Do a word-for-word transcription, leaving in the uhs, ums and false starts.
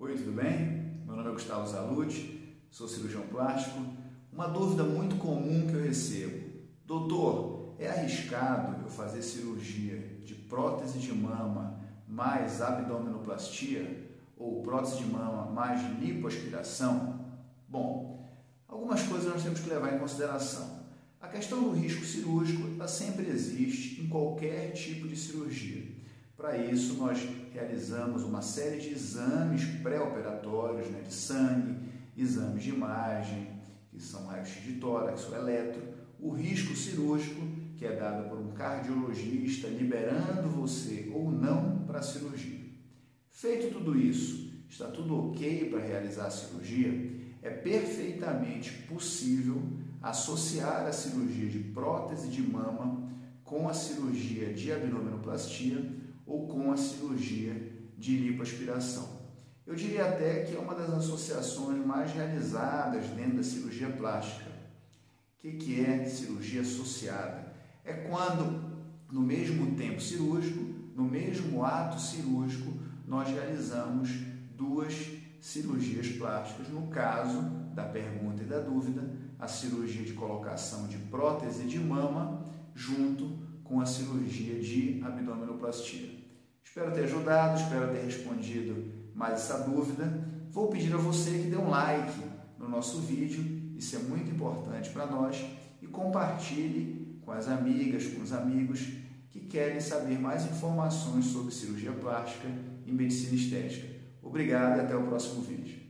Oi, tudo bem? Meu nome é Gustavo Zalucci, sou cirurgião plástico. Uma dúvida muito comum que eu recebo: doutor, é arriscado eu fazer cirurgia de prótese de mama mais abdominoplastia ou prótese de mama mais lipoaspiração? Bom, algumas coisas nós temos que levar em consideração. A questão do risco cirúrgico ela sempre existe em qualquer tipo de cirurgia. Para isso, nós realizamos uma série de exames pré-operatórios, né, de sangue, exames de imagem, que são raio-x de tórax ou eletro, o risco cirúrgico, que é dado por um cardiologista liberando você ou não para a cirurgia. Feito tudo isso, está tudo ok para realizar a cirurgia, é perfeitamente possível associar a cirurgia de prótese de mama com a cirurgia de abdominoplastia ou com a cirurgia de lipoaspiração. Eu diria até que é uma das associações mais realizadas dentro da cirurgia plástica. O que, que é cirurgia associada? É quando, no mesmo tempo cirúrgico, no mesmo ato cirúrgico, nós realizamos duas cirurgias plásticas. No caso da pergunta e da dúvida, a cirurgia de colocação de prótese de mama junto com a cirurgia de abdominoplastia. Espero ter ajudado, espero ter respondido mais essa dúvida. Vou pedir a você que dê um like no nosso vídeo, isso é muito importante para nós, e compartilhe com as amigas, com os amigos que querem saber mais informações sobre cirurgia plástica e medicina estética. Obrigado e até o próximo vídeo.